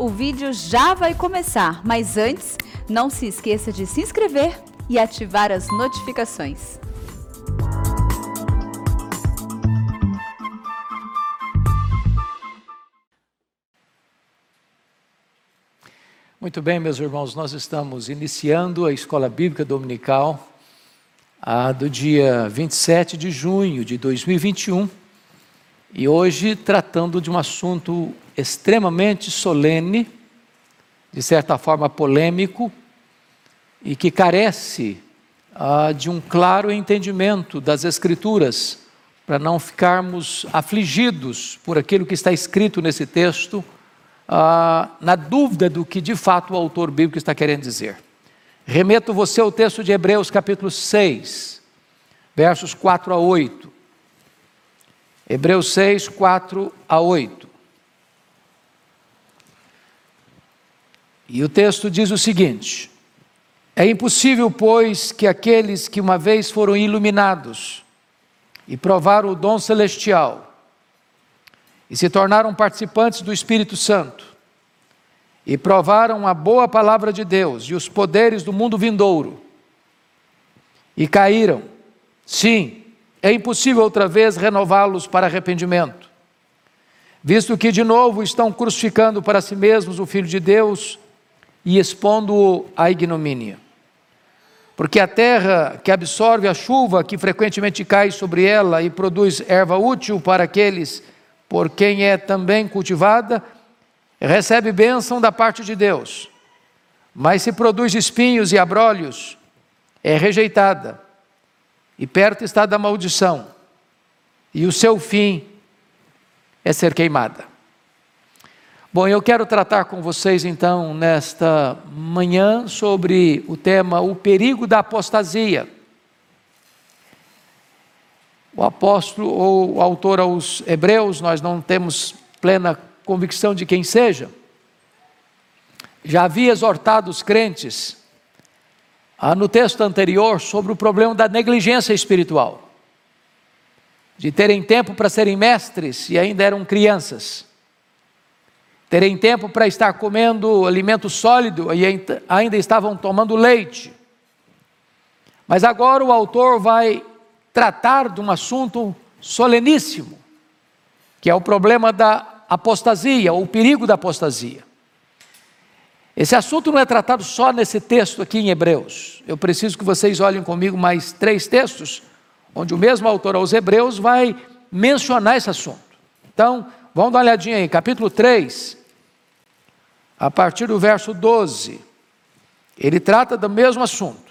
o vídeo já vai começar, mas antes, não se esqueça de se inscrever e ativar as notificações. Muito bem, meus irmãos, nós estamos iniciando a Escola Bíblica Dominical do dia 27 de junho de 2021 e hoje tratando de um assunto extremamente solene, de certa forma polêmico e que carece de um claro entendimento das Escrituras para não ficarmos afligidos por aquilo que está escrito nesse texto, na dúvida do que de fato o autor bíblico está querendo dizer. Remeto você ao texto de Hebreus capítulo 6, versos 4 a 8. Hebreus 6, 4 a 8. E o texto diz o seguinte: é impossível, pois, que aqueles que uma vez foram iluminados e provaram o dom celestial e se tornaram participantes do Espírito Santo, e provaram a boa palavra de Deus e os poderes do mundo vindouro, e caíram, sim, é impossível outra vez renová-los para arrependimento, visto que de novo estão crucificando para si mesmos o Filho de Deus e expondo-o à ignomínia. Porque a terra que absorve a chuva que frequentemente cai sobre ela e produz erva útil para aqueles por quem é também cultivada, recebe bênção da parte de Deus, mas se produz espinhos e abrolhos, é rejeitada, e perto está da maldição, e o seu fim é ser queimada. Bom, eu quero tratar com vocês então, nesta manhã, sobre o tema, o perigo da apostasia. O apóstolo ou o autor aos Hebreus, nós não temos plena convicção de quem seja, já havia exortado os crentes, no texto anterior, sobre o problema da negligência espiritual, de terem tempo para serem mestres e ainda eram crianças, terem tempo para estar comendo alimento sólido e ainda estavam tomando leite. Mas agora o autor vai tratar de um assunto soleníssimo, que é o problema da apostasia, ou o perigo da apostasia. Esse assunto não é tratado só nesse texto aqui em Hebreus. Eu preciso que vocês olhem comigo mais 3 textos, onde o mesmo autor aos Hebreus vai mencionar esse assunto. Então, vamos dar uma olhadinha aí, capítulo 3, a partir do verso 12, ele trata do mesmo assunto.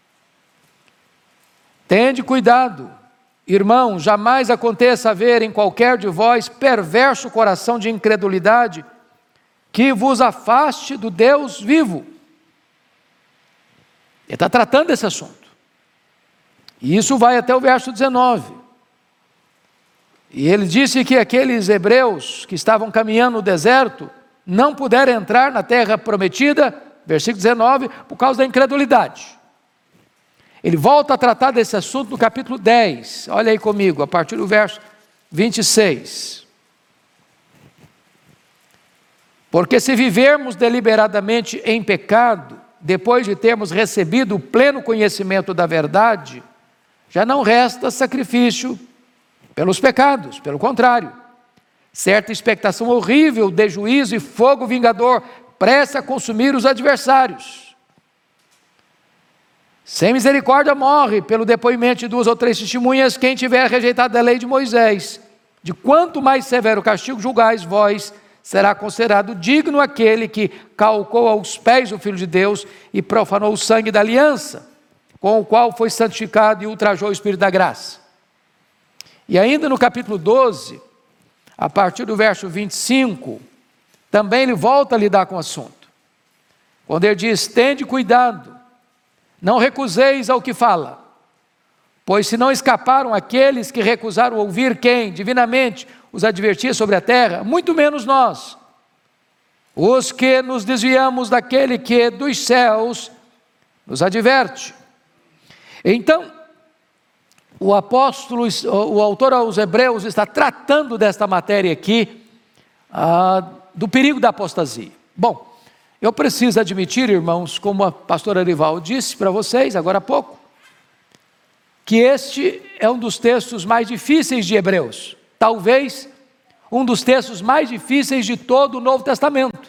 Tende cuidado, irmão, jamais aconteça haver em qualquer de vós perverso coração de incredulidade, que vos afaste do Deus vivo. Ele está tratando desse assunto. E isso vai até o verso 19. E ele disse que aqueles hebreus que estavam caminhando no deserto, não puderam entrar na terra prometida, versículo 19, por causa da incredulidade. Ele volta a tratar desse assunto no capítulo 10, olha aí comigo, a partir do verso 26. Porque se vivermos deliberadamente em pecado, depois de termos recebido o pleno conhecimento da verdade, já não resta sacrifício pelos pecados, pelo contrário, certa expectação horrível de juízo e fogo vingador, prestes a consumir os adversários. Sem misericórdia morre, pelo depoimento de 2 ou 3 testemunhas, quem tiver rejeitado a lei de Moisés. De quanto mais severo castigo julgais vós, será considerado digno aquele que calcou aos pés o Filho de Deus e profanou o sangue da aliança, com o qual foi santificado e ultrajou o Espírito da graça. E ainda no capítulo 12, a partir do verso 25, também ele volta a lidar com o assunto. Quando ele diz, tende cuidado, não recuseis ao que fala, pois se não escaparam aqueles que recusaram ouvir quem, divinamente, os advertia sobre a terra, muito menos nós, os que nos desviamos daquele que dos céus nos adverte. Então, o apóstolo, o autor aos Hebreus está tratando desta matéria aqui, do perigo da apostasia. Bom, eu preciso admitir, irmãos, como a pastora Arival disse para vocês agora há pouco, que este é um dos textos mais difíceis de Hebreus, talvez um dos textos mais difíceis de todo o Novo Testamento.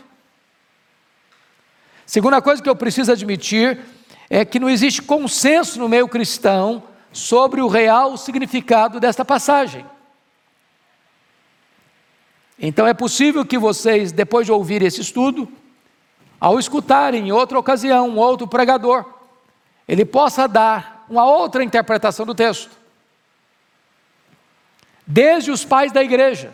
Segunda coisa que eu preciso admitir é que não existe consenso no meio cristão sobre o real significado desta passagem. Então é possível que vocês, depois de ouvir esse estudo, ao escutarem em outra ocasião um outro pregador, ele possa dar uma outra interpretação do texto. Desde os pais da igreja,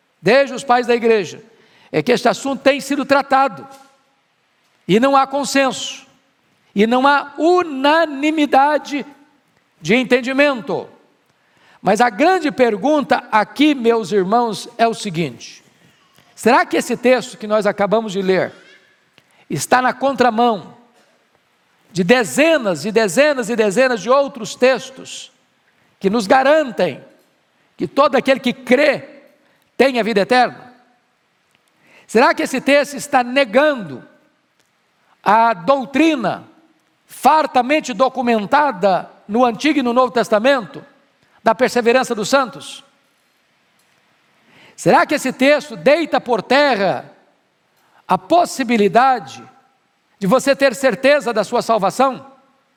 é que este assunto tem sido tratado, e não há consenso, e não há unanimidade de entendimento. Mas a grande pergunta aqui, meus irmãos, é o seguinte: será que esse texto que nós acabamos de ler está na contramão de dezenas e dezenas e dezenas de outros textos que nos garantem que todo aquele que crê tem a vida eterna? Será que esse texto está negando a doutrina fartamente documentada no Antigo e no Novo Testamento da perseverança dos santos? Será que esse texto deita por terra a possibilidade de você ter certeza da sua salvação?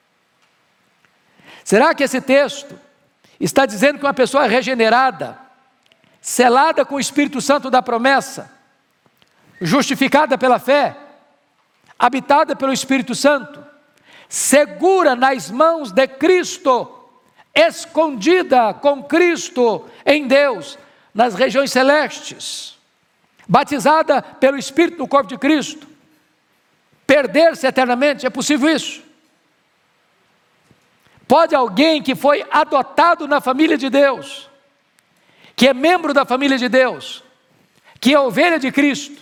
Será que esse texto está dizendo que uma pessoa regenerada, selada com o Espírito Santo da promessa, justificada pela fé, habitada pelo Espírito Santo, segura nas mãos de Cristo, escondida com Cristo em Deus, nas regiões celestes, batizada pelo Espírito no corpo de Cristo, perder-se eternamente? É possível isso? Pode alguém que foi adotado na família de Deus, que é membro da família de Deus, que é ovelha de Cristo,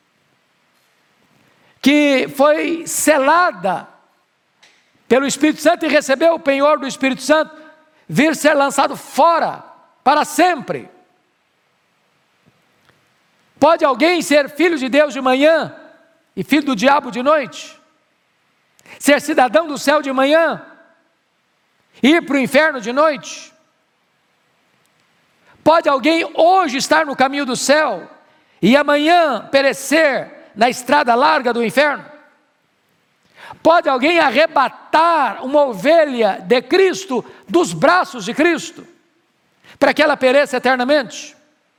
que foi selada pelo Espírito Santo e recebeu o penhor do Espírito Santo, vir ser lançado fora para sempre? Pode alguém ser filho de Deus de manhã e filho do diabo de noite? Ser cidadão do céu de manhã e ir para o inferno de noite? Pode alguém hoje estar no caminho do céu e amanhã perecer na estrada larga do inferno? Pode alguém arrebatar uma ovelha de Cristo dos braços de Cristo, para que ela pereça eternamente?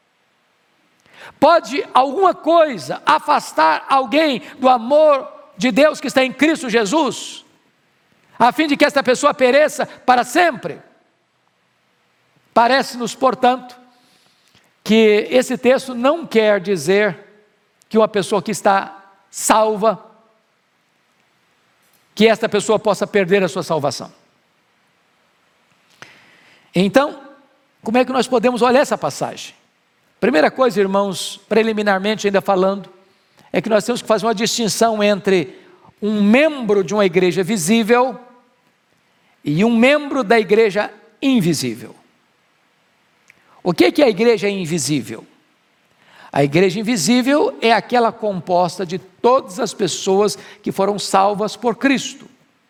Pode alguma coisa afastar alguém do amor de Deus que está em Cristo Jesus, a fim de que esta pessoa pereça para sempre? Parece-nos, portanto, que esse texto não quer dizer que uma pessoa que está salva, que esta pessoa possa perder a sua salvação. Então, como é que nós podemos olhar essa passagem? Primeira coisa, irmãos, preliminarmente ainda falando, é que nós temos que fazer uma distinção entre um membro de uma igreja visível e um membro da igreja invisível. O que é a igreja invisível? A igreja invisível é aquela composta de todas as pessoas que foram salvas por Cristo,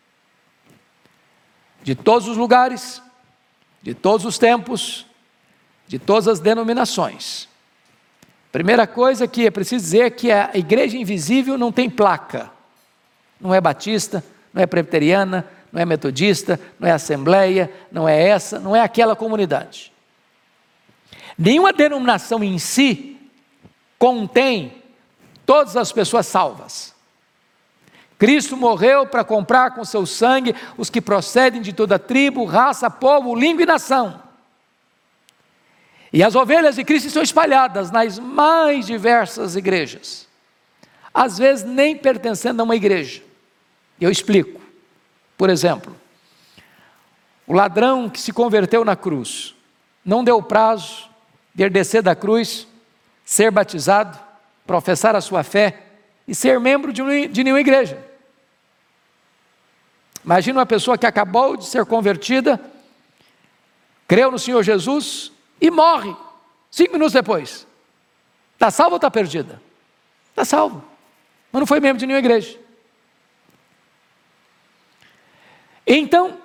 de todos os lugares, de todos os tempos, de todas as denominações. Primeira coisa que é preciso dizer é que a igreja invisível não tem placa, não é batista, não é presbiteriana, não é metodista, não é assembleia, não é essa, não é aquela comunidade. Nenhuma denominação em si contém todas as pessoas salvas. Cristo morreu para comprar com seu sangue os que procedem de toda tribo, raça, povo, língua e nação. E as ovelhas de Cristo estão espalhadas nas mais diversas igrejas, às vezes nem pertencendo a uma igreja. Eu explico. Por exemplo, o ladrão que se converteu na cruz, não deu prazo de ele descer da cruz, ser batizado, professar a sua fé e ser membro de nenhuma igreja. Imagina uma pessoa que acabou de ser convertida, creu no Senhor Jesus e morre 5 minutos depois. Está salva ou está perdida? Está salvo. mas não foi membro de nenhuma igreja. Então,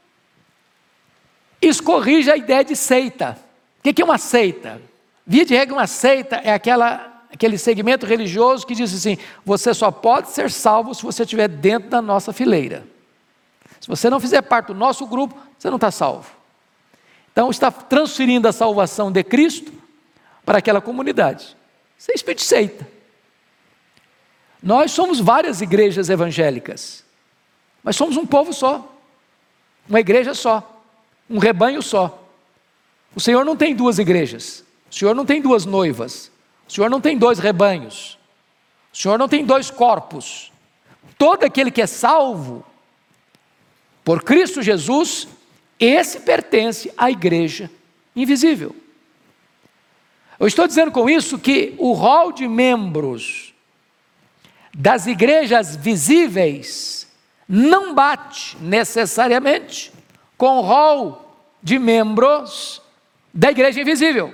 isso corrige a ideia de seita. O que é uma seita? Via de regra, uma seita é aquele segmento religioso que diz assim: você só pode ser salvo se você estiver dentro da nossa fileira. Se você não fizer parte do nosso grupo, você não está salvo. Então está transferindo a salvação de Cristo para aquela comunidade. Isso é espírito de seita. Nós somos várias igrejas evangélicas, mas somos um povo só, uma igreja só, um rebanho só. O Senhor não tem duas igrejas, o Senhor não tem duas noivas, o Senhor não tem dois rebanhos, o Senhor não tem dois corpos. Todo aquele que é salvo por Cristo Jesus, esse pertence à igreja invisível. Eu estou dizendo com isso que o rol de membros das igrejas visíveis não bate necessariamente com o rol de membros da igreja invisível.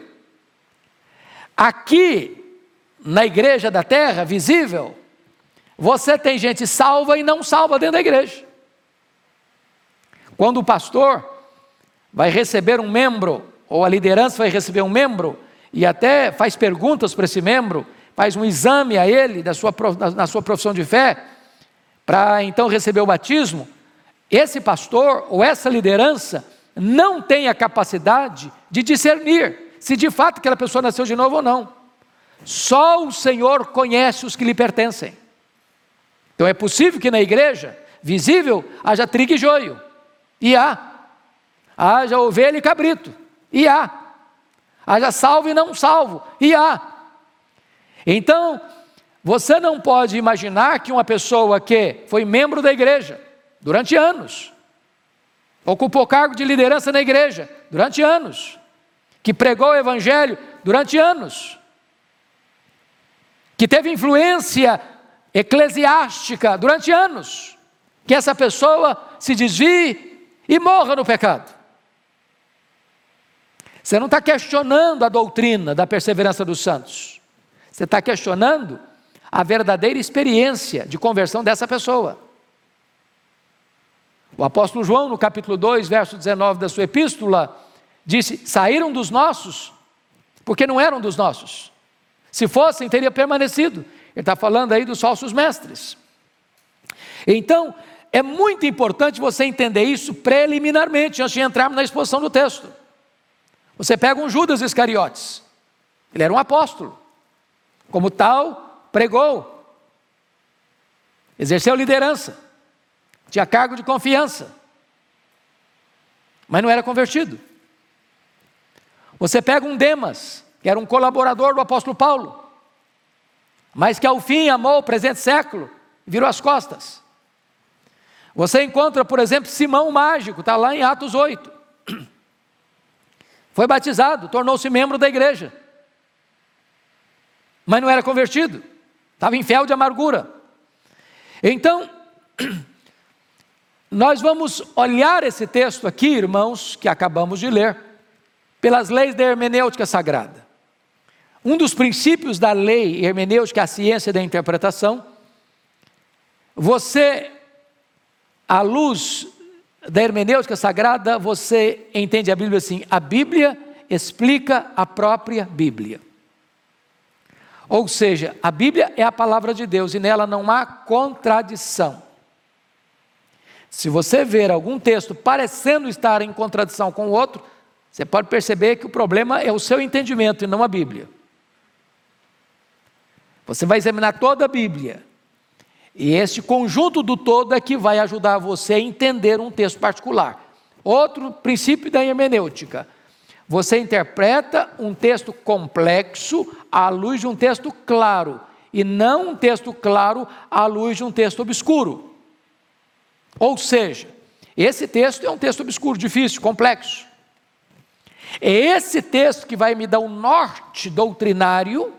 Aqui, na igreja da terra, visível, você tem gente salva e não salva dentro da igreja. Quando o pastor vai receber um membro, ou a liderança vai receber um membro, e até faz perguntas para esse membro, faz um exame a ele na sua profissão de fé, para então receber o batismo, esse pastor ou essa liderança não tem a capacidade de discernir se de fato aquela pessoa nasceu de novo ou não. Só o Senhor conhece os que lhe pertencem. Então é possível que na igreja visível haja trigo e joio, e haja ovelha e cabrito, e haja salvo e não salvo, e Então, você não pode imaginar que uma pessoa que foi membro da igreja durante anos, ocupou cargo de liderança na igreja durante anos, que pregou o evangelho durante anos, que teve influência eclesiástica durante anos, que essa pessoa se desvie e morra no pecado. Você não está questionando a doutrina da perseverança dos santos. Você está questionando a verdadeira experiência de conversão dessa pessoa. O apóstolo João, no capítulo 2, verso 19 da sua epístola, disse: saíram dos nossos, porque não eram dos nossos. Se fossem, teria permanecido. Ele está falando aí dos falsos mestres. Então, é muito importante você entender isso preliminarmente, antes de entrarmos na exposição do texto. Você pega um Judas Iscariotes, ele era um apóstolo, como tal, pregou, exerceu liderança, tinha cargo de confiança, mas não era convertido. Você pega um Demas, que era um colaborador do apóstolo Paulo, mas que ao fim amou o presente século, virou as costas. Você encontra, por exemplo, Simão o Mágico, está lá em Atos 8, foi batizado, tornou-se membro da igreja, mas não era convertido, estava em fel de amargura. Então, nós vamos olhar esse texto aqui, irmãos, que acabamos de ler, pelas leis da hermenêutica sagrada. Um dos princípios da lei hermenêutica é a ciência da interpretação. Você, à luz da hermenêutica sagrada, você entende a Bíblia assim: a Bíblia explica a própria Bíblia. Ou seja, a Bíblia é a palavra de Deus e nela não há contradição. Se você ver algum texto parecendo estar em contradição com o outro, você pode perceber que o problema é o seu entendimento e não a Bíblia. Você vai examinar toda a Bíblia, e este conjunto do todo é que vai ajudar você a entender um texto particular. Outro princípio da hermenêutica: você interpreta um texto complexo à luz de um texto claro, e não um texto claro à luz de um texto obscuro. Ou seja, esse texto é um texto obscuro, difícil, complexo. É esse texto que vai me dar um norte doutrinário,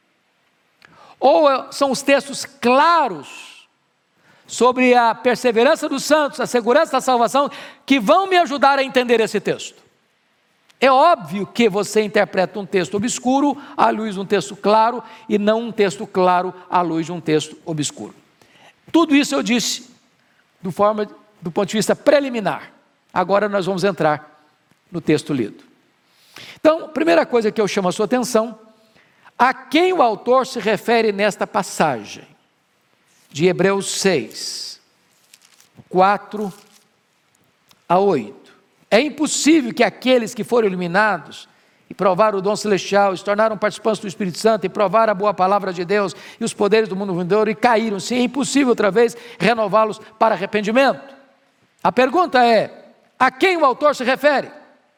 ou são os textos claros sobre a perseverança dos santos, a segurança da salvação, que vão me ajudar a entender esse texto. É óbvio que você interpreta um texto obscuro à luz de um texto claro e não um texto claro à luz de um texto obscuro. Tudo isso eu disse do ponto de vista preliminar. Agora nós vamos entrar no texto lido. Então, primeira coisa que eu chamo a sua atenção, a quem o autor se refere nesta passagem de Hebreus 6, 4 a 8. É impossível que aqueles que foram iluminados e provaram o dom celestial, se tornaram participantes do Espírito Santo e provaram a boa palavra de Deus e os poderes do mundo vindouro e caíram, sim, é impossível outra vez renová-los para arrependimento. A pergunta é, a quem o autor se refere?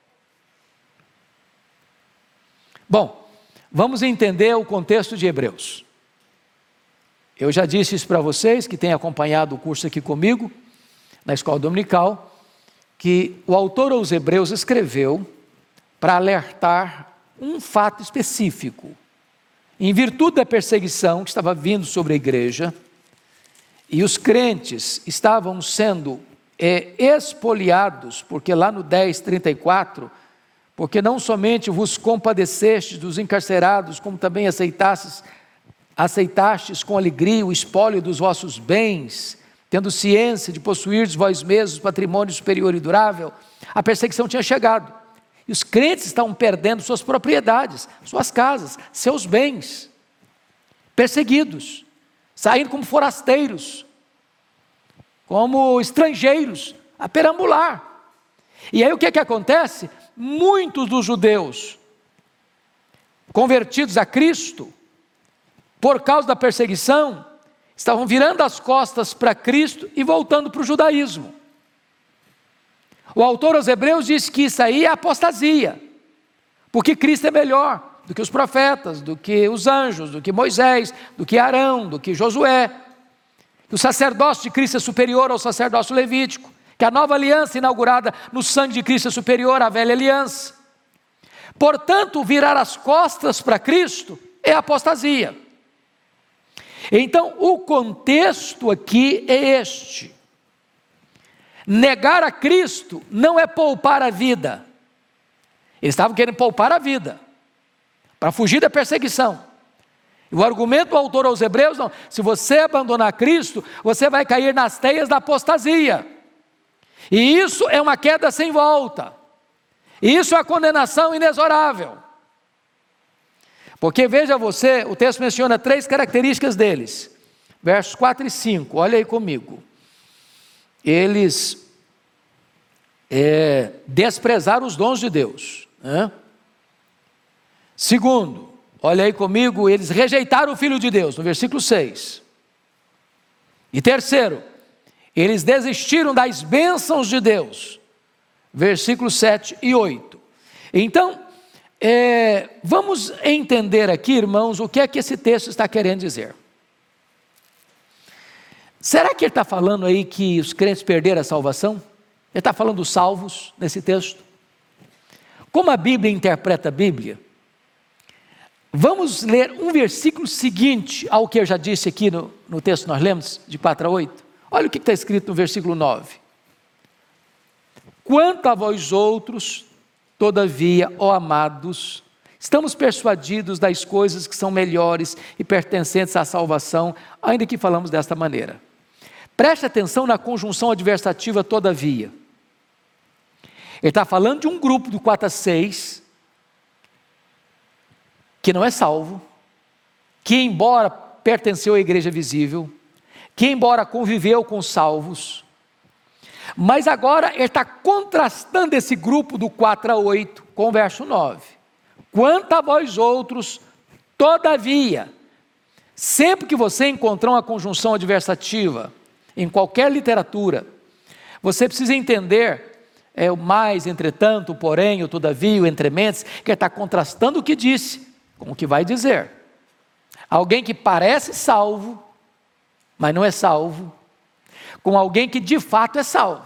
Bom, vamos entender o contexto de Hebreus. Eu já disse isso para vocês, que têm acompanhado o curso aqui comigo, na escola dominical, que o autor aos Hebreus escreveu para alertar um fato específico. Em virtude da perseguição que estava vindo sobre a igreja, e os crentes estavam sendo expoliados, porque lá no 10:34, porque não somente vos compadecestes dos encarcerados, como também aceitastes com alegria o espólio dos vossos bens, tendo ciência de possuirdes vós mesmos patrimônio superior e durável, a perseguição tinha chegado. E os crentes estavam perdendo suas propriedades, suas casas, seus bens, perseguidos, saindo como forasteiros, como estrangeiros, a perambular. E aí o que acontece? Muitos dos judeus convertidos a Cristo, por causa da perseguição, estavam virando as costas para Cristo e voltando para o judaísmo. O autor aos Hebreus diz que isso aí é apostasia, porque Cristo é melhor do que os profetas, do que os anjos, do que Moisés, do que Arão, do que Josué, que o sacerdócio de Cristo é superior ao sacerdócio levítico, que a nova aliança inaugurada no sangue de Cristo é superior à velha aliança. Portanto, virar as costas para Cristo é apostasia. Então, o contexto aqui é este. Negar a Cristo não é poupar a vida. Eles estavam querendo poupar a vida, para fugir da perseguição. E o argumento do autor aos Hebreus, não, se você abandonar Cristo, você vai cair nas teias da apostasia. E isso é uma queda sem volta. E isso é a condenação inexorável. Porque veja você, o texto menciona 3 características deles. Versos 4 e 5, olha aí comigo. Eles desprezaram os dons de Deus. Né? Segundo, olha aí comigo, eles rejeitaram o Filho de Deus, no versículo 6. E terceiro, eles desistiram das bênçãos de Deus, versículos 7 e 8. Então, vamos entender aqui, irmãos, o que é que esse texto está querendo dizer. Será que ele está falando aí que os crentes perderam a salvação? Ele está falando dos salvos nesse texto? Como a Bíblia interpreta a Bíblia? Vamos ler um versículo seguinte ao que eu já disse aqui no texto que nós lemos, de 4 a 8. Olha o que está escrito no versículo 9. Quanto a vós outros, todavia, ó amados, estamos persuadidos das coisas que são melhores e pertencentes à salvação, ainda que falamos desta maneira. Preste atenção na conjunção adversativa todavia. Ele está falando de um grupo do 4 a 6, que não é salvo, que embora pertenceu à igreja visível, que embora conviveu com salvos, mas agora ele está contrastando esse grupo do 4 a 8 com o verso 9. Quanto a vós outros, todavia, sempre que você encontrar uma conjunção adversativa, em qualquer literatura, você precisa entender, o mais, entretanto, o porém, o todavia, o entrementes, que ele está contrastando o que disse, com o que vai dizer. Alguém que parece salvo, mas não é salvo, com alguém que de fato é salvo.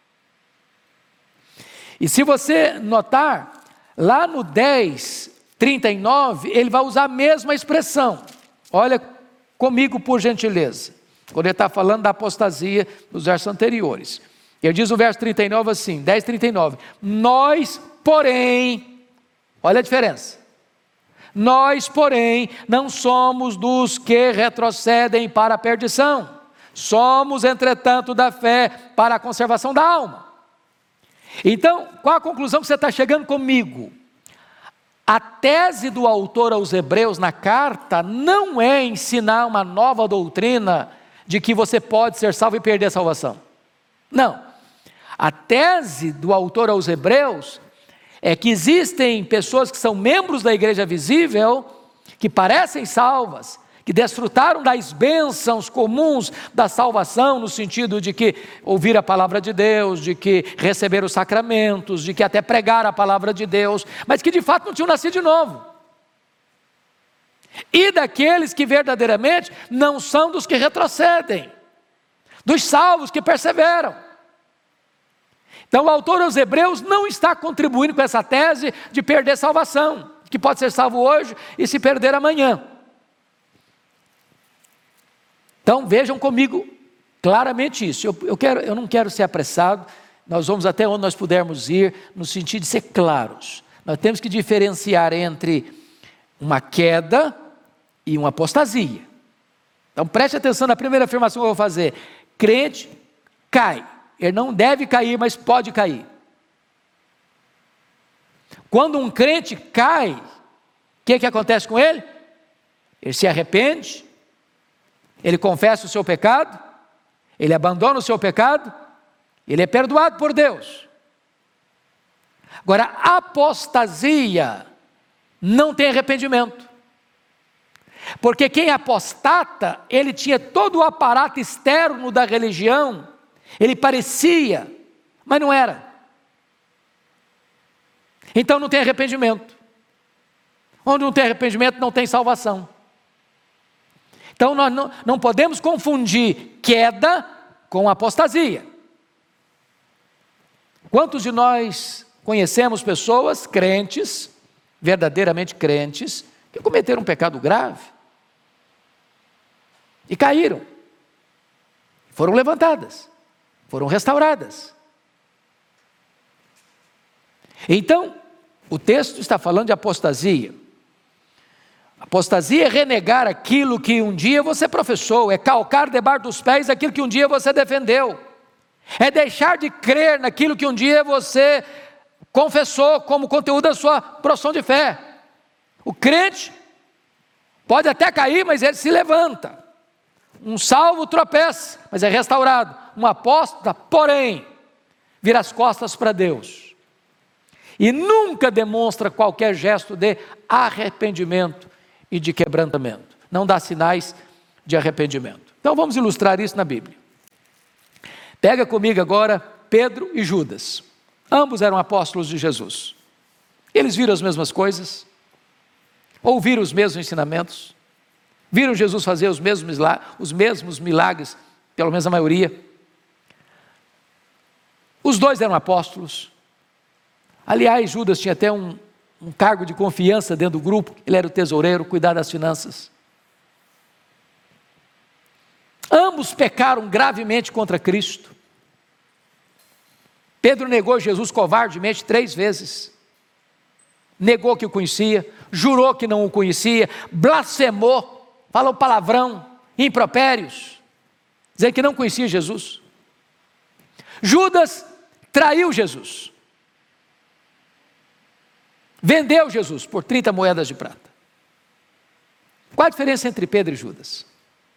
E se você notar, lá no 10:39, ele vai usar a mesma expressão. Olha comigo, por gentileza, quando ele está falando da apostasia dos versos anteriores. Ele diz o verso 39 assim, 10:39, nós, porém, olha a diferença. Nós, porém, não somos dos que retrocedem para a perdição. Somos, entretanto, da fé para a conservação da alma. Então, qual a conclusão que você está chegando comigo? A tese do autor aos Hebreus na carta não é ensinar uma nova doutrina de que você pode ser salvo e perder a salvação. Não. A tese do autor aos Hebreus é que existem pessoas que são membros da igreja visível, que parecem salvas, que desfrutaram das bênçãos comuns da salvação, no sentido de que ouvir a palavra de Deus, de que receber os sacramentos, de que até pregar a palavra de Deus, mas que de fato não tinham nascido de novo. E daqueles que verdadeiramente não são dos que retrocedem, dos salvos que perseveram. Então o autor aos Hebreus não está contribuindo com essa tese de perder salvação, que pode ser salvo hoje e se perder amanhã. Então vejam comigo claramente isso. Eu não quero ser apressado, nós vamos até onde nós pudermos ir, no sentido de ser claros. Nós temos que diferenciar entre uma queda e uma apostasia. Então preste atenção na primeira afirmação que eu vou fazer. Crente cai. Ele não deve cair, mas pode cair. Quando um crente cai, o que acontece com ele? Ele se arrepende, ele confessa o seu pecado, ele abandona o seu pecado, ele é perdoado por Deus. Agora, a apostasia não tem arrependimento. Porque quem apostata, ele tinha todo o aparato externo da religião, ele parecia, mas não era. Então não tem arrependimento. Onde não tem arrependimento, não tem salvação. Então nós não podemos confundir queda com apostasia. Quantos de nós conhecemos pessoas crentes, verdadeiramente crentes, que cometeram um pecado grave e caíram, foram levantadas, foram restauradas. Então, o texto está falando de apostasia. Apostasia é renegar aquilo que um dia você professou, é calcar debaixo dos pés aquilo que um dia você defendeu, é deixar de crer naquilo que um dia você confessou como conteúdo da sua profissão de fé. O crente pode até cair, mas ele se levanta. Um salvo tropeça, mas é restaurado. Um apóstata, porém, vira as costas para Deus e nunca demonstra qualquer gesto de arrependimento e de quebrantamento. Não dá sinais de arrependimento. Então vamos ilustrar isso na Bíblia. Pega comigo agora Pedro e Judas. Ambos eram apóstolos de Jesus. Eles viram as mesmas coisas, ouviram os mesmos ensinamentos, viram Jesus fazer os mesmos milagres, pelo menos a maioria. Os dois eram apóstolos. Aliás, Judas tinha até um cargo de confiança dentro do grupo. Ele era o tesoureiro, cuidar das finanças. Ambos pecaram gravemente contra Cristo. Pedro negou Jesus covardemente 3 vezes. Negou que o conhecia, jurou que não o conhecia, blasfemou, falou palavrão, impropérios, dizendo que não conhecia Jesus. Judas traiu Jesus. Vendeu Jesus por 30 moedas de prata. Qual a diferença entre Pedro e Judas?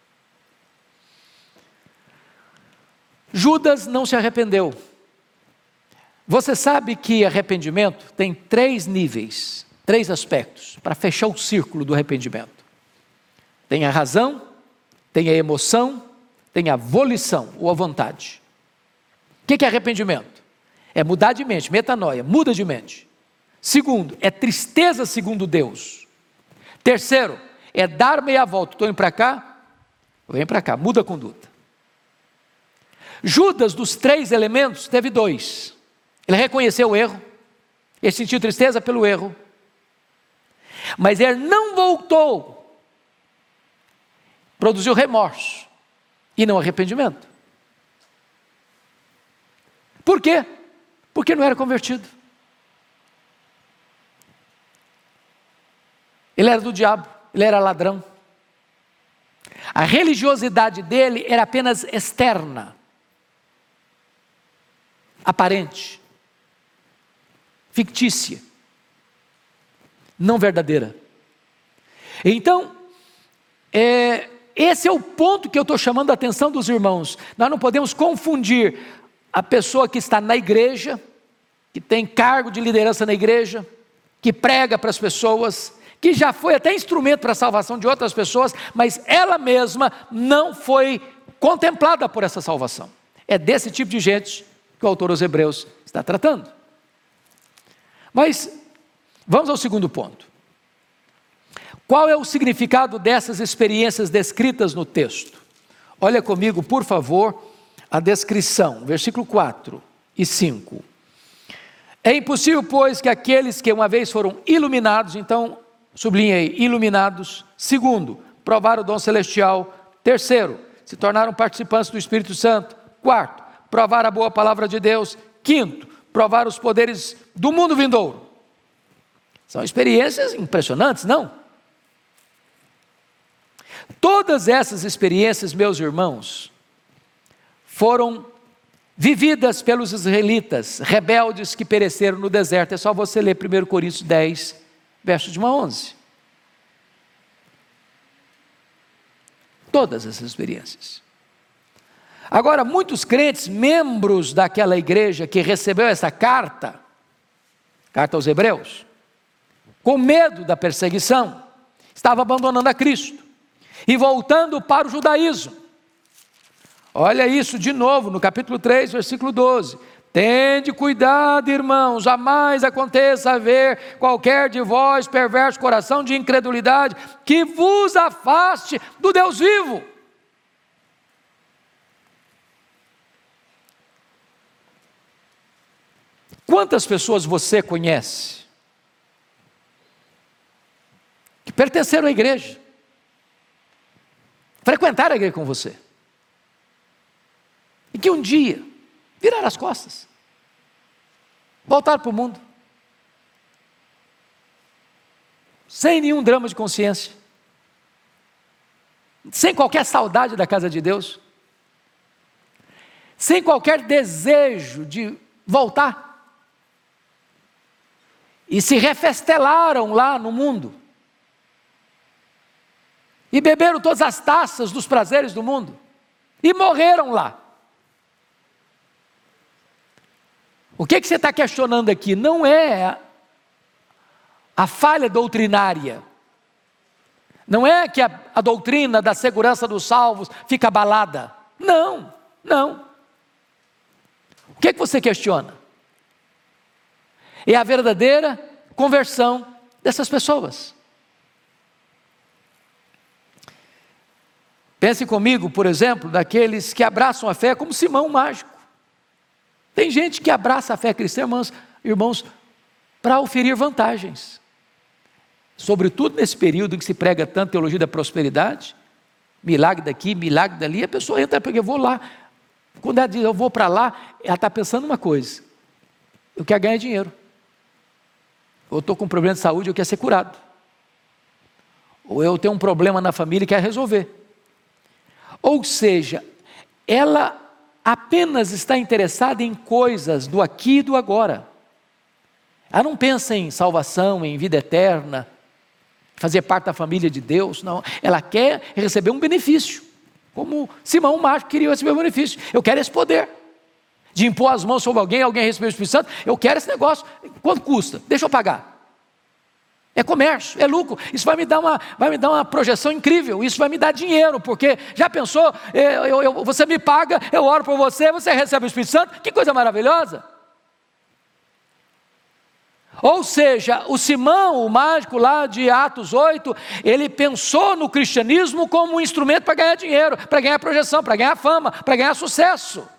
Judas não se arrependeu. Você sabe que arrependimento tem 3 níveis, 3 aspectos, para fechar o círculo do arrependimento. Tem a razão, tem a emoção, tem a volição, ou a vontade. O que é arrependimento? É mudar de mente, metanoia, muda de mente. Segundo, é tristeza segundo Deus. Terceiro, é dar meia volta. Estou indo para cá, vem para cá, muda a conduta. Judas, dos 3 elementos, teve 2. Ele reconheceu o erro, ele sentiu tristeza pelo erro, mas ele não voltou, produziu remorso e não arrependimento. Por quê? Porque não era convertido. Ele era do diabo, ele era ladrão. A religiosidade dele era apenas externa, aparente, fictícia, não verdadeira. Então, esse é o ponto que eu estou chamando a atenção dos irmãos. Nós não podemos confundir a pessoa que está na igreja, que tem cargo de liderança na igreja, que prega para as pessoas, que já foi até instrumento para a salvação de outras pessoas, mas ela mesma não foi contemplada por essa salvação. É desse tipo de gente que o autor aos Hebreus está tratando. Mas vamos ao segundo ponto. Qual é o significado dessas experiências descritas no texto? Olha comigo, por favor, a descrição, versículo 4 e 5. É impossível, pois, que aqueles que uma vez foram iluminados, então, sublinhe aí, iluminados. Segundo, provaram o dom celestial. Terceiro, se tornaram participantes do Espírito Santo. Quarto, provaram a boa palavra de Deus. Quinto, provaram os poderes do mundo vindouro. São experiências impressionantes, não? Todas essas experiências, meus irmãos, foram vividas pelos israelitas, rebeldes que pereceram no deserto. É só você ler 1 Coríntios 10, versos de 1 a 11. Todas essas experiências. Agora, muitos crentes, membros daquela igreja que recebeu essa carta aos Hebreus, com medo da perseguição, estavam abandonando a Cristo e voltando para o judaísmo. Olha isso de novo no capítulo 3, versículo 12. Tende cuidado, irmãos, jamais aconteça haver qualquer de vós perverso coração de incredulidade que vos afaste do Deus vivo. Quantas pessoas você conhece que pertenceram à igreja, frequentaram a igreja com você, e que um dia viraram as costas, voltaram para o mundo, sem nenhum drama de consciência, sem qualquer saudade da casa de Deus, sem qualquer desejo de voltar, e se refestelaram lá no mundo, e beberam todas as taças dos prazeres do mundo, e morreram lá. O que você está questionando aqui? Não é a falha doutrinária, não é que a doutrina da segurança dos salvos fica abalada, não. O que você questiona? É a verdadeira conversão dessas pessoas. Pense comigo, por exemplo, daqueles que abraçam a fé como Simão Mágico. Tem gente que abraça a fé cristã, irmãos, para oferir vantagens. Sobretudo nesse período em que se prega tanto teologia da prosperidade, milagre daqui, milagre dali, a pessoa entra porque eu vou lá. Quando ela diz eu vou para lá, ela está pensando uma coisa: eu quero ganhar dinheiro. Ou estou com um problema de saúde, eu quero ser curado. Ou eu tenho um problema na família e quero resolver. Ou seja, ela apenas está interessada em coisas do aqui e do agora. Ela não pensa em salvação, em vida eterna, fazer parte da família de Deus, não. Ela quer receber um benefício, como Simão Mágico queria receber um benefício. Eu quero esse poder de impor as mãos sobre alguém receber o Espírito Santo. Eu quero esse negócio. Quanto custa? Deixa eu pagar. É comércio, é lucro. Isso vai me dar uma projeção incrível. Isso vai me dar dinheiro, porque já pensou? Você me paga, eu oro por você, você recebe o Espírito Santo. Que coisa maravilhosa! Ou seja, o Simão, o mágico lá de Atos 8, ele pensou no cristianismo como um instrumento para ganhar dinheiro, para ganhar projeção, para ganhar fama, para ganhar sucesso.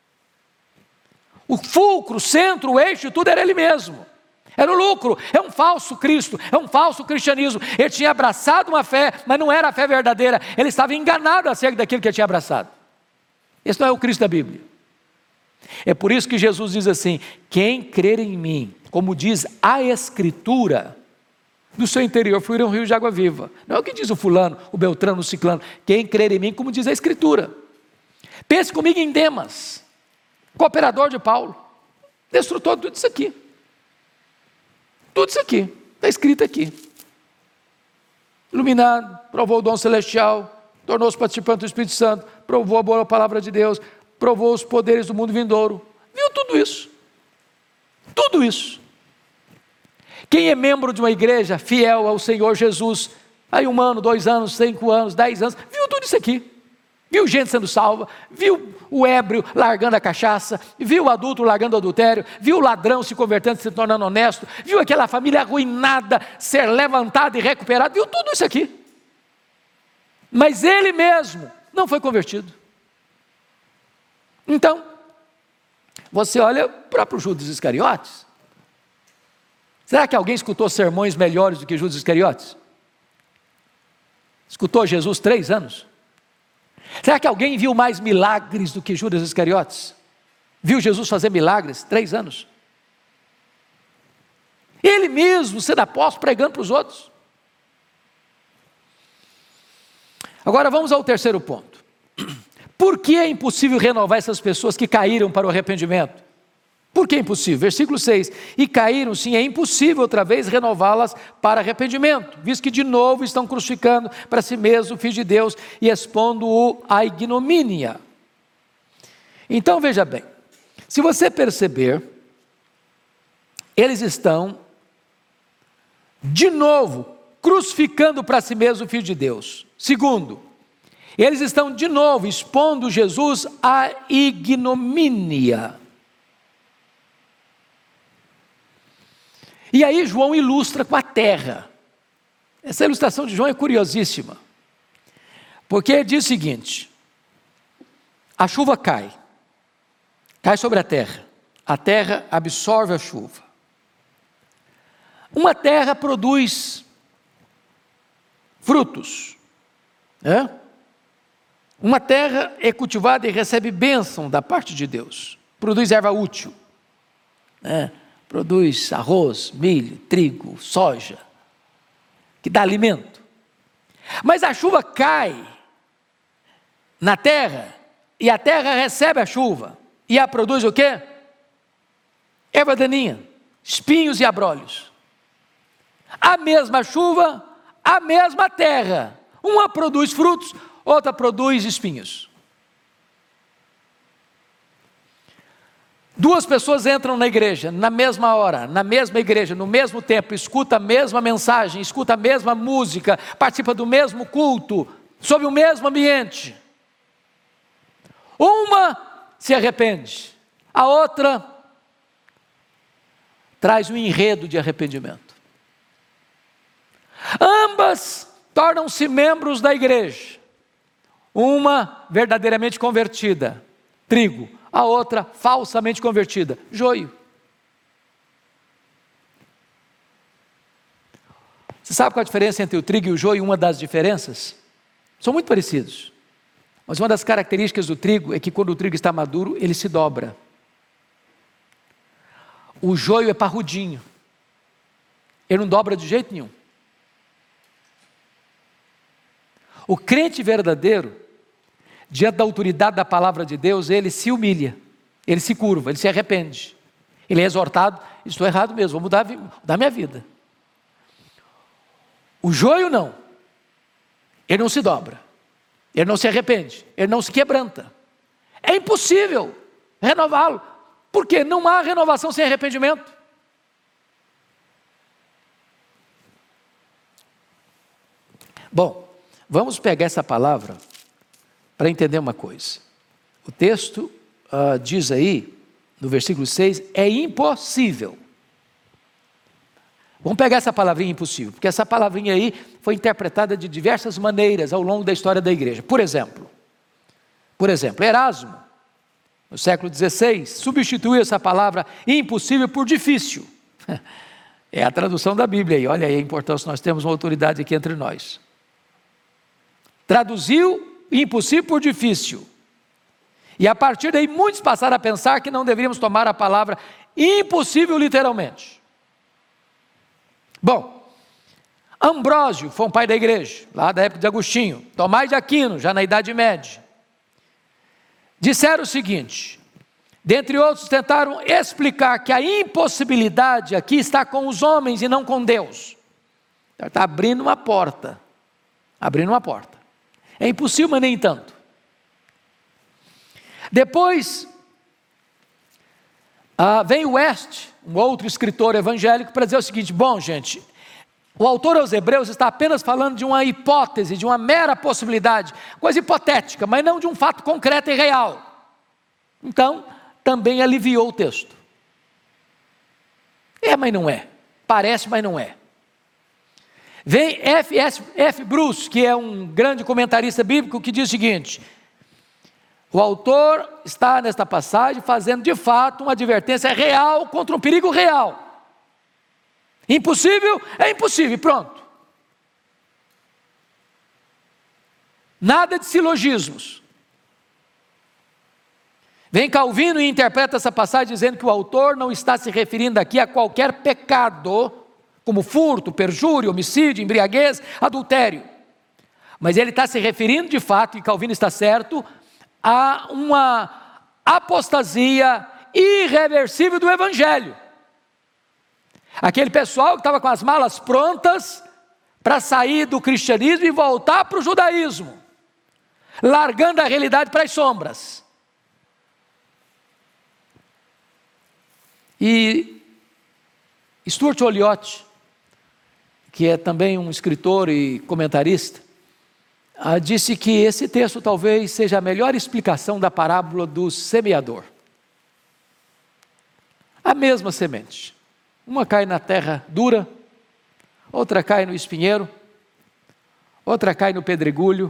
O fulcro, o centro, o eixo, tudo era ele mesmo. Era o lucro, é um falso Cristo, é um falso cristianismo. Ele tinha abraçado uma fé, mas não era a fé verdadeira. Ele estava enganado acerca daquilo que ele tinha abraçado. Esse não é o Cristo da Bíblia. É por isso que Jesus diz assim: quem crer em mim, como diz a Escritura, do seu interior fluirá um rio de água viva. Não é o que diz o fulano, o beltrano, o ciclano. Quem crer em mim, como diz a Escritura. Pense comigo em Demas, cooperador de Paulo, destrutor de tudo isso aqui. Tudo isso aqui, está escrito aqui. Iluminado, provou o dom celestial, tornou-se participante do Espírito Santo, provou a boa palavra de Deus, provou os poderes do mundo vindouro. Viu tudo isso. Tudo isso. Quem é membro de uma igreja fiel ao Senhor Jesus, aí 1 ano, 2 anos, 5 anos, 10 anos, viu tudo isso aqui. Viu gente sendo salva, viu o ébrio largando a cachaça, viu o adulto largando o adultério, viu o ladrão se convertendo, se tornando honesto, viu aquela família arruinada ser levantada e recuperada, viu tudo isso aqui. Mas ele mesmo não foi convertido. Então, você olha o próprio Judas Iscariotes. Será que alguém escutou sermões melhores do que Judas Iscariotes? Escutou Jesus 3 anos? Será que alguém viu mais milagres do que Judas Iscariotes? Viu Jesus fazer milagres 3 anos? Ele mesmo sendo apóstolo, pregando para os outros. Agora vamos ao terceiro ponto. Por que é impossível renovar essas pessoas que caíram para o arrependimento? Por que é impossível? Versículo 6, e caíram sim, é impossível outra vez renová-las para arrependimento, visto que de novo estão crucificando para si mesmo o Filho de Deus e expondo-o à ignomínia. Então veja bem, se você perceber, eles estão de novo crucificando para si mesmo o Filho de Deus. Segundo, eles estão de novo expondo Jesus à ignomínia. E aí João ilustra com a terra. Essa ilustração de João é curiosíssima, porque ele diz o seguinte: a chuva cai sobre a terra absorve a chuva. Uma terra produz frutos, né? Uma terra é cultivada e recebe bênção da parte de Deus, produz erva útil, né? Produz arroz, milho, trigo, soja, que dá alimento. Mas a chuva cai na terra, e a terra recebe a chuva, e a produz o quê? Erva daninha, espinhos e abrolhos. A mesma chuva, a mesma terra, uma produz frutos, outra produz espinhos. Duas pessoas entram na igreja, na mesma hora, na mesma igreja, no mesmo tempo, escuta a mesma mensagem, escuta a mesma música, participa do mesmo culto, sob o mesmo ambiente. Uma se arrepende, a outra traz um enredo de arrependimento. Ambas tornam-se membros da igreja, uma verdadeiramente convertida, trigo, a outra falsamente convertida, joio. Você sabe qual a diferença entre o trigo e o joio? Uma das diferenças? São muito parecidos, mas uma das características do trigo é que quando o trigo está maduro, ele se dobra. O joio é parrudinho, ele não dobra de jeito nenhum. O crente verdadeiro, diante da autoridade da palavra de Deus, ele se humilha, ele se curva, ele se arrepende, ele é exortado: estou errado mesmo, vou mudar minha vida. O joio não, ele não se dobra, ele não se arrepende, ele não se quebranta. É impossível renová-lo, porque não há renovação sem arrependimento. Bom, vamos pegar essa palavra para entender uma coisa. O texto diz aí, no versículo 6, é impossível. Vamos pegar essa palavrinha impossível, porque essa palavrinha aí foi interpretada de diversas maneiras ao longo da história da igreja. Por exemplo, Erasmo, no século XVI, substituiu essa palavra impossível por difícil. É a tradução da Bíblia aí, olha aí a importância, nós temos uma autoridade aqui entre nós. Traduziu impossível por difícil. E a partir daí muitos passaram a pensar que não deveríamos tomar a palavra impossível literalmente. Bom, Ambrósio foi um pai da igreja, lá da época de Agostinho. Tomás de Aquino, já na Idade Média. Disseram o seguinte, dentre outros tentaram explicar que a impossibilidade aqui está com os homens e não com Deus. Está abrindo uma porta. Abrindo uma porta. É impossível, mas nem tanto. Depois, vem West, um outro escritor evangélico, para dizer o seguinte: bom, gente, o autor aos Hebreus está apenas falando de uma hipótese, de uma mera possibilidade, coisa hipotética, mas não de um fato concreto e real. Então, também aliviou o texto. Mas não é. Parece, mas não é. Vem F. Bruce, que é um grande comentarista bíblico, que diz o seguinte: o autor está nesta passagem fazendo de fato uma advertência real contra um perigo real. Impossível? É impossível, pronto. Nada de silogismos. Vem Calvino e interpreta essa passagem dizendo que o autor não está se referindo aqui a qualquer pecado, como furto, perjúrio, homicídio, embriaguez, adultério. Mas ele está se referindo de fato, e Calvino está certo, a uma apostasia irreversível do evangelho. Aquele pessoal que estava com as malas prontas para sair do cristianismo e voltar para o judaísmo, largando a realidade para as sombras. E Stuart Olyott, que é também um escritor e comentarista, disse que esse texto talvez seja a melhor explicação da parábola do semeador. A mesma semente. Uma cai na terra dura, outra cai no espinheiro, outra cai no pedregulho.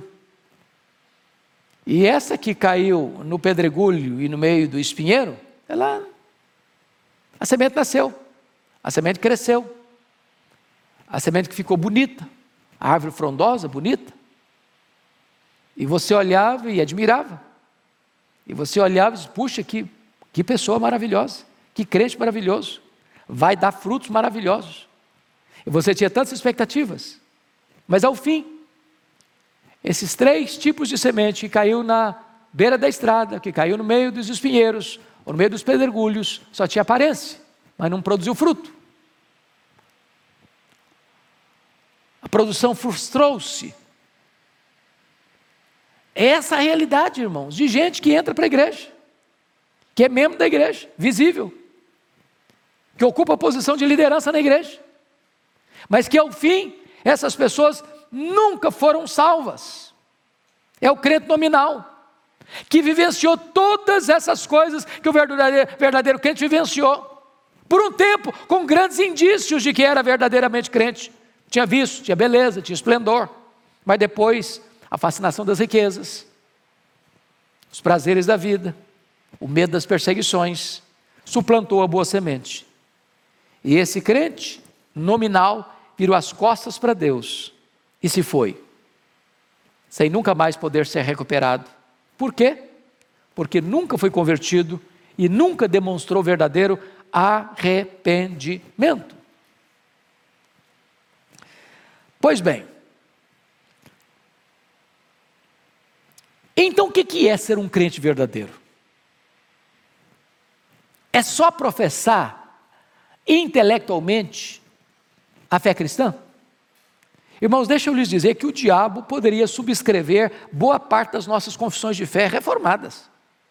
E essa que caiu no pedregulho e no meio do espinheiro, a semente nasceu, a semente cresceu, a semente que ficou bonita, a árvore frondosa, bonita. E você olhava e admirava. E você olhava e disse: puxa, que pessoa maravilhosa, que crente maravilhoso. Vai dar frutos maravilhosos. E você tinha tantas expectativas. Mas ao fim, esses 3 tipos de semente que caiu na beira da estrada, que caiu no meio dos espinheiros, ou no meio dos pedregulhos, só tinha aparência, mas não produziu fruto. A produção frustrou-se. Essa é a realidade, irmãos, de gente que entra para a igreja, que é membro da igreja, visível, que ocupa a posição de liderança na igreja, mas que ao fim, essas pessoas nunca foram salvas. É o crente nominal, que vivenciou todas essas coisas que o verdadeiro crente vivenciou, por um tempo, com grandes indícios de que era verdadeiramente crente. Tinha vício, tinha beleza, tinha esplendor, mas depois, a fascinação das riquezas, os prazeres da vida, o medo das perseguições, suplantou a boa semente. E esse crente nominal virou as costas para Deus e se foi, sem nunca mais poder ser recuperado. Por quê? Porque nunca foi convertido e nunca demonstrou verdadeiro arrependimento. Pois bem, então o que é ser um crente verdadeiro? É só professar intelectualmente a fé cristã? Irmãos, deixa eu lhes dizer que o diabo poderia subscrever boa parte das nossas confissões de fé reformadas.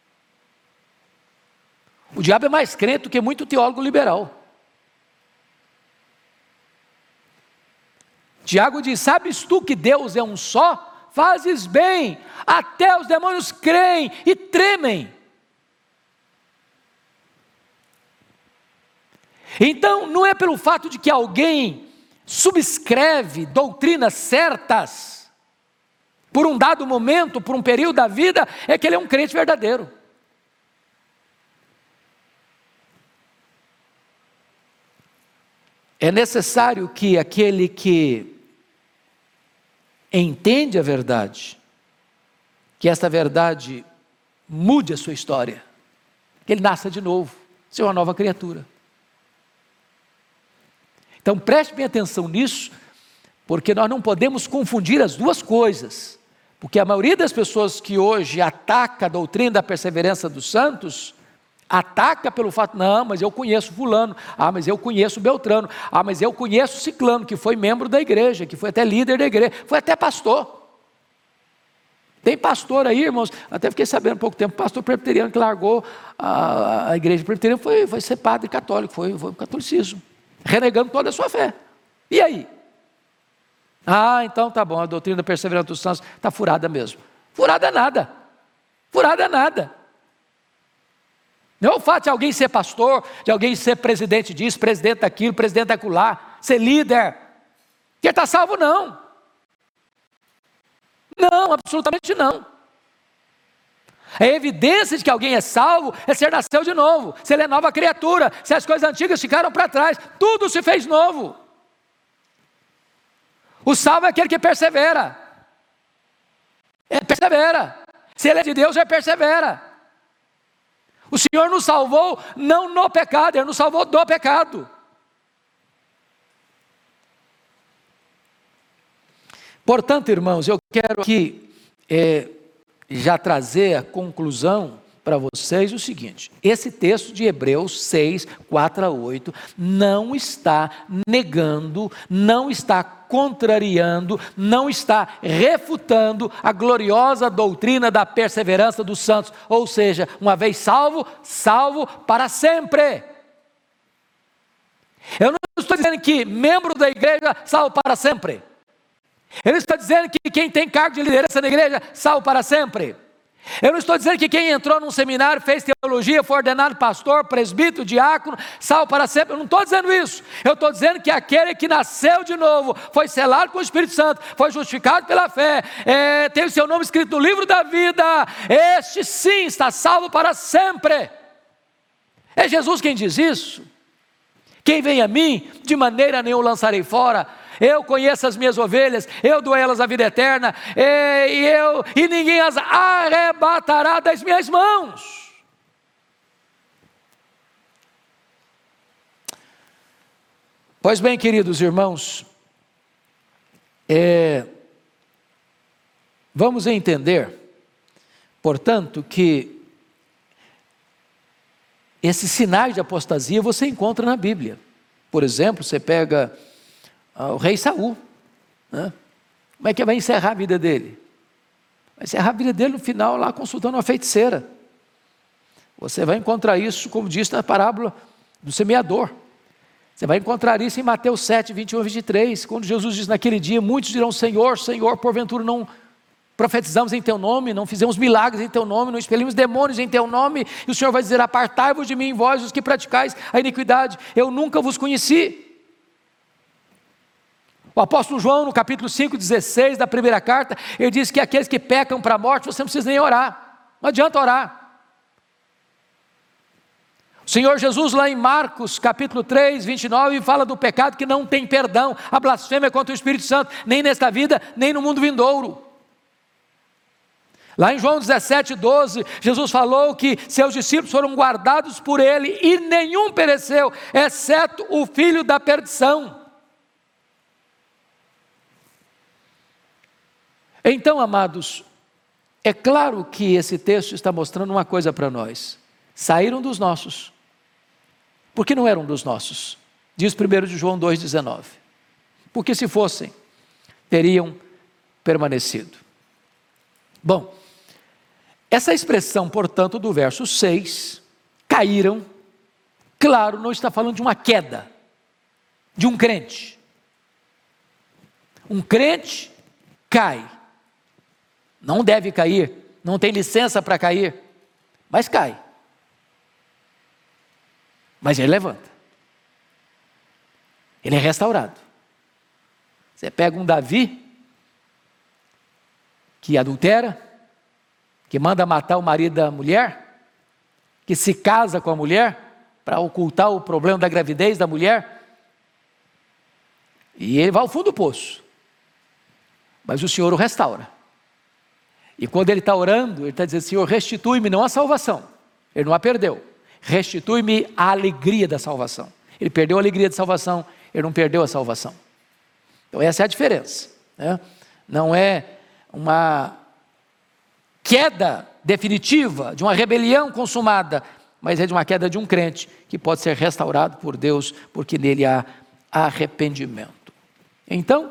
O diabo é mais crente do que muito teólogo liberal. Tiago diz: sabes tu que Deus é um só? Fazes bem, até os demônios creem e tremem. Então, não é pelo fato de que alguém subscreve doutrinas certas, por um dado momento, por um período da vida, é que ele é um crente verdadeiro. É necessário que aquele que entende a verdade, que esta verdade mude a sua história, que ele nasça de novo, seja uma nova criatura. Então preste bem atenção nisso, porque nós não podemos confundir as duas coisas, porque a maioria das pessoas que hoje ataca a doutrina da perseverança dos santos, ataca pelo fato, não, mas eu conheço fulano, mas eu conheço Beltrano, mas eu conheço Ciclano, que foi membro da igreja, que foi até líder da igreja, foi até pastor. Tem pastor aí, irmãos, até fiquei sabendo há pouco tempo, pastor presbiteriano que largou a igreja presbiteriana, foi ser padre católico, foi o catolicismo, renegando toda a sua fé. E aí? Então tá bom, a doutrina da perseverança dos santos está furada mesmo. Furada nada. Furada nada. Não é o fato de alguém ser pastor, de alguém ser presidente disso, presidente daquilo, presidente daquilo, ser líder, que está salvo, não. Não, absolutamente não. A evidência de que alguém é salvo é ser nasceu de novo, se ele é nova criatura, se as coisas antigas ficaram para trás, tudo se fez novo. O salvo é aquele que persevera. Persevera. Se ele é de Deus, ele persevera. O Senhor nos salvou não no pecado, Ele nos salvou do pecado. Portanto, irmãos, eu quero aqui já trazer a conclusão para vocês o seguinte: esse texto de Hebreus 6, 4-8, não está negando, não está contrariando, não está refutando a gloriosa doutrina da perseverança dos santos, ou seja, uma vez salvo, salvo para sempre. Eu não estou dizendo que membro da igreja salvo para sempre. Eu não estou dizendo que quem tem cargo de liderança na igreja salvo para sempre. Eu não estou dizendo que quem entrou num seminário, fez teologia, foi ordenado pastor, presbítero, diácono, salvo para sempre. Eu não estou dizendo isso. Eu estou dizendo que aquele que nasceu de novo, foi selado com o Espírito Santo, foi justificado pela fé, tem o seu nome escrito no livro da vida, este sim está salvo para sempre. É Jesus quem diz isso. Quem vem a mim, de maneira nenhuma lançarei fora. Eu conheço as minhas ovelhas, eu dou a elas a vida eterna, e ninguém as arrebatará das minhas mãos. Pois bem, queridos irmãos, vamos entender, portanto, que esses sinais de apostasia você encontra na Bíblia. Por exemplo, você pega o rei Saul, né? Como é que vai encerrar a vida dele? Vai encerrar a vida dele no final lá consultando uma feiticeira. Você vai encontrar isso, como diz na parábola do semeador. Você vai encontrar isso em Mateus 7, 21 e 23, quando Jesus diz: naquele dia muitos dirão: Senhor, Senhor, porventura não profetizamos em Teu nome, não fizemos milagres em Teu nome, não expelimos demônios em Teu nome? E o Senhor vai dizer: apartai-vos de mim, vós os que praticais a iniquidade, eu nunca vos conheci. O apóstolo João, no capítulo 5, 16 da primeira carta, ele diz que aqueles que pecam para a morte, você não precisa nem orar, não adianta orar. O Senhor Jesus, lá em Marcos, capítulo 3, 29, fala do pecado que não tem perdão, a blasfêmia contra o Espírito Santo, nem nesta vida, nem no mundo vindouro. Lá em João 17, 12, Jesus falou que seus discípulos foram guardados por Ele e nenhum pereceu, exceto o filho da perdição. Então, amados, é claro que esse texto está mostrando uma coisa para nós: saíram dos nossos, porque não eram dos nossos, diz 1 de João 2,19, porque se fossem, teriam permanecido. Bom, essa expressão, portanto, do verso 6, caíram, claro, não está falando de uma queda, de um crente. Um crente cai. Não deve cair, não tem licença para cair, mas cai. Mas ele levanta. Ele é restaurado. Você pega um Davi, que adultera, que manda matar o marido da mulher, que se casa com a mulher, para ocultar o problema da gravidez da mulher, e ele vai ao fundo do poço. Mas o Senhor o restaura. E quando ele está orando, ele está dizendo: Senhor, restitui-me não a salvação, ele não a perdeu, restitui-me a alegria da salvação. Ele perdeu a alegria da salvação, ele não perdeu a salvação. Então essa é a diferença, né? Não é uma queda definitiva, de uma rebelião consumada, mas é de uma queda de um crente, que pode ser restaurado por Deus, porque nele há arrependimento. Então,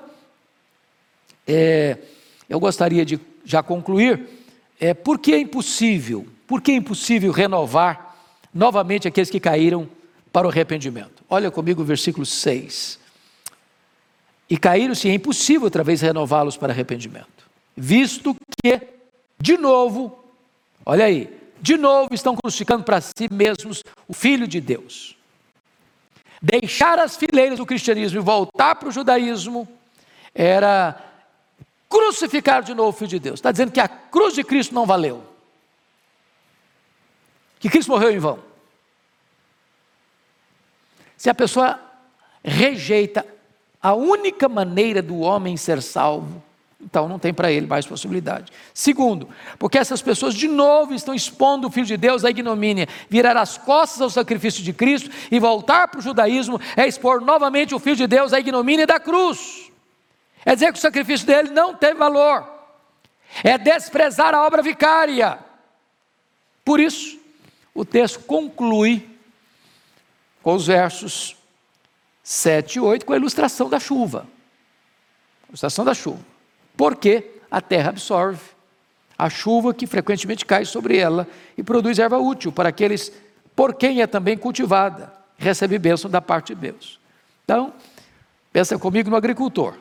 eu gostaria de já concluir, por que é impossível renovar novamente aqueles que caíram para o arrependimento? Olha comigo o versículo 6. E caíram-se, é impossível outra vez renová-los para arrependimento, visto que, de novo, olha aí, de novo estão crucificando para si mesmos o Filho de Deus. Deixar as fileiras do cristianismo e voltar para o judaísmo era crucificar de novo o Filho de Deus. Está dizendo que a cruz de Cristo não valeu, que Cristo morreu em vão. Se a pessoa rejeita a única maneira do homem ser salvo, então não tem para ele mais possibilidade. Segundo, porque essas pessoas de novo estão expondo o Filho de Deus à ignomínia. Virar as costas ao sacrifício de Cristo e voltar para o judaísmo é expor novamente o Filho de Deus à ignomínia da cruz. É dizer que o sacrifício dele não teve valor. É desprezar a obra vicária. Por isso, o texto conclui com os versos 7 e 8, com a ilustração da chuva. Ilustração da chuva. Porque a terra absorve a chuva que frequentemente cai sobre ela e produz erva útil para aqueles por quem é também cultivada, recebe bênção da parte de Deus. Então, pensa comigo no agricultor.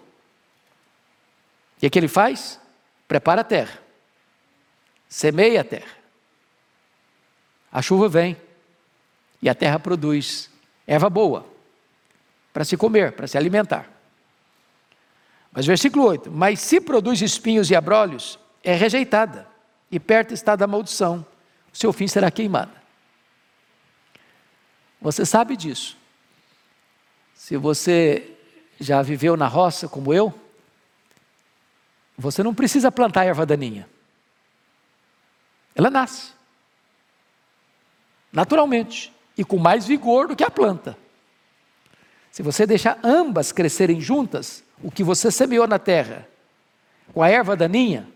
O que ele faz? Prepara a terra, semeia a terra, a chuva vem e a terra produz erva boa para se comer, para se alimentar. Mas versículo 8, mas se produz espinhos e abrolhos, é rejeitada, e perto está da maldição, o seu fim será queimada. Você sabe disso. Se você já viveu na roça como eu, você não precisa plantar erva daninha. Ela nasce, naturalmente, e com mais vigor do que a planta. Se você deixar ambas crescerem juntas, o que você semeou na terra, com a erva daninha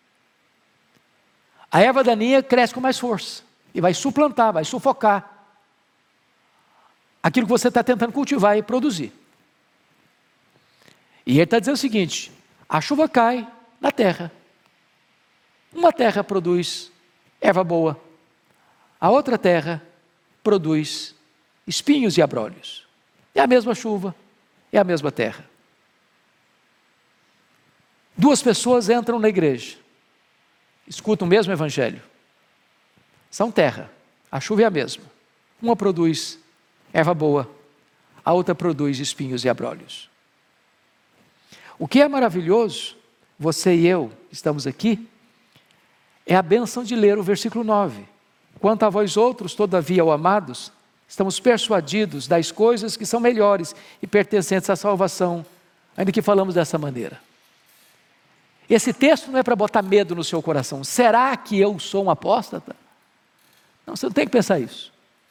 cresce com mais força, e vai suplantar, vai sufocar aquilo que você está tentando cultivar e produzir. E ele está dizendo o seguinte, a chuva cai na terra, uma terra produz erva boa, a outra terra produz espinhos e abrolhos. É a mesma chuva, é a mesma terra. Duas pessoas entram na igreja, escutam o mesmo evangelho, são terra, a chuva é a mesma. Uma produz erva boa, a outra produz espinhos e abrolhos. O que é maravilhoso, você e eu estamos aqui, é a bênção de ler o versículo 9. Quanto a vós outros, todavia, ó amados, estamos persuadidos das coisas que são melhores e pertencentes à salvação, ainda que falamos dessa maneira. Esse texto não é para botar medo no seu coração. Será que eu sou um apóstata? Não, você não tem que pensar isso.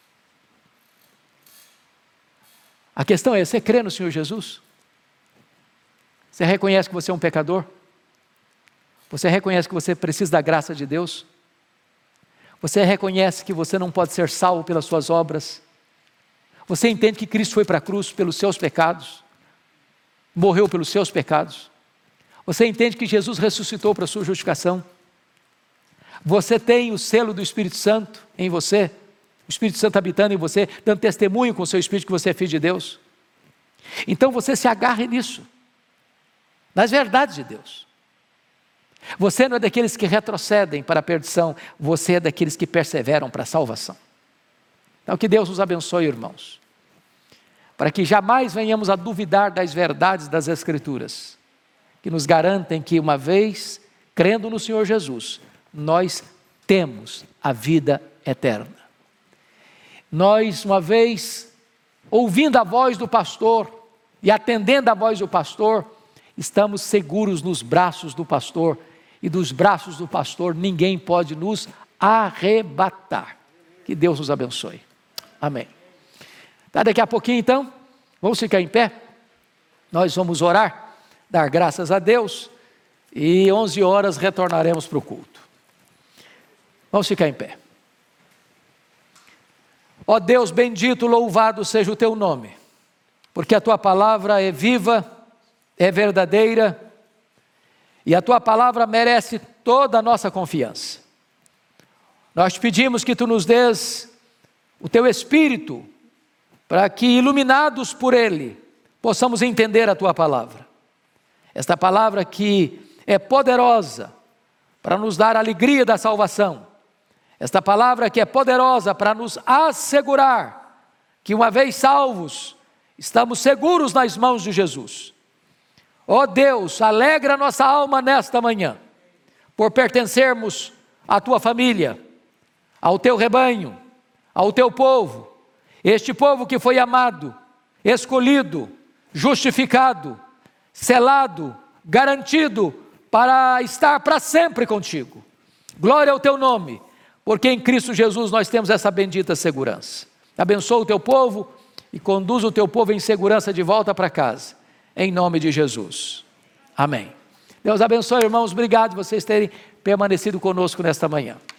A questão é, você crê no Senhor Jesus? Você reconhece que você é um pecador? Você reconhece que você precisa da graça de Deus? Você reconhece que você não pode ser salvo pelas suas obras? Você entende que Cristo foi para a cruz pelos seus pecados? Morreu pelos seus pecados? Você entende que Jesus ressuscitou para a sua justificação? Você tem o selo do Espírito Santo em você? O Espírito Santo habitando em você, dando testemunho com o seu Espírito que você é filho de Deus? Então você se agarre nisso, nas verdades de Deus. Você não é daqueles que retrocedem para a perdição, você é daqueles que perseveram para a salvação. Então que Deus nos abençoe, irmãos, para que jamais venhamos a duvidar das verdades das Escrituras, que nos garantem que uma vez, crendo no Senhor Jesus, nós temos a vida eterna. Nós, uma vez, ouvindo a voz do pastor e atendendo a voz do pastor, estamos seguros nos braços do pastor, e dos braços do pastor ninguém pode nos arrebatar. Que Deus nos abençoe. Amém. Tá, daqui a pouquinho então, vamos ficar em pé, nós vamos orar. dar graças a Deus e 11 horas retornaremos para o culto. Vamos ficar em pé. Ó Deus bendito, louvado seja o teu nome, porque a tua palavra é viva, é verdadeira, e a tua palavra merece toda a nossa confiança. Nós te pedimos que tu nos dês o teu Espírito, para que, iluminados por ele, possamos entender a tua palavra. Esta palavra que é poderosa para nos dar a alegria da salvação. Esta palavra que é poderosa para nos assegurar que, uma vez salvos, estamos seguros nas mãos de Jesus. Ó Deus, alegra nossa alma nesta manhã, por pertencermos à tua família, ao teu rebanho, ao teu povo, este povo que foi amado, escolhido, justificado, selado, garantido para estar para sempre contigo. Glória ao teu nome, porque em Cristo Jesus nós temos essa bendita segurança. Abençoa o teu povo e conduz o teu povo em segurança de volta para casa, em nome de Jesus. Amém. Deus abençoe, irmãos, obrigado por vocês terem permanecido conosco nesta manhã.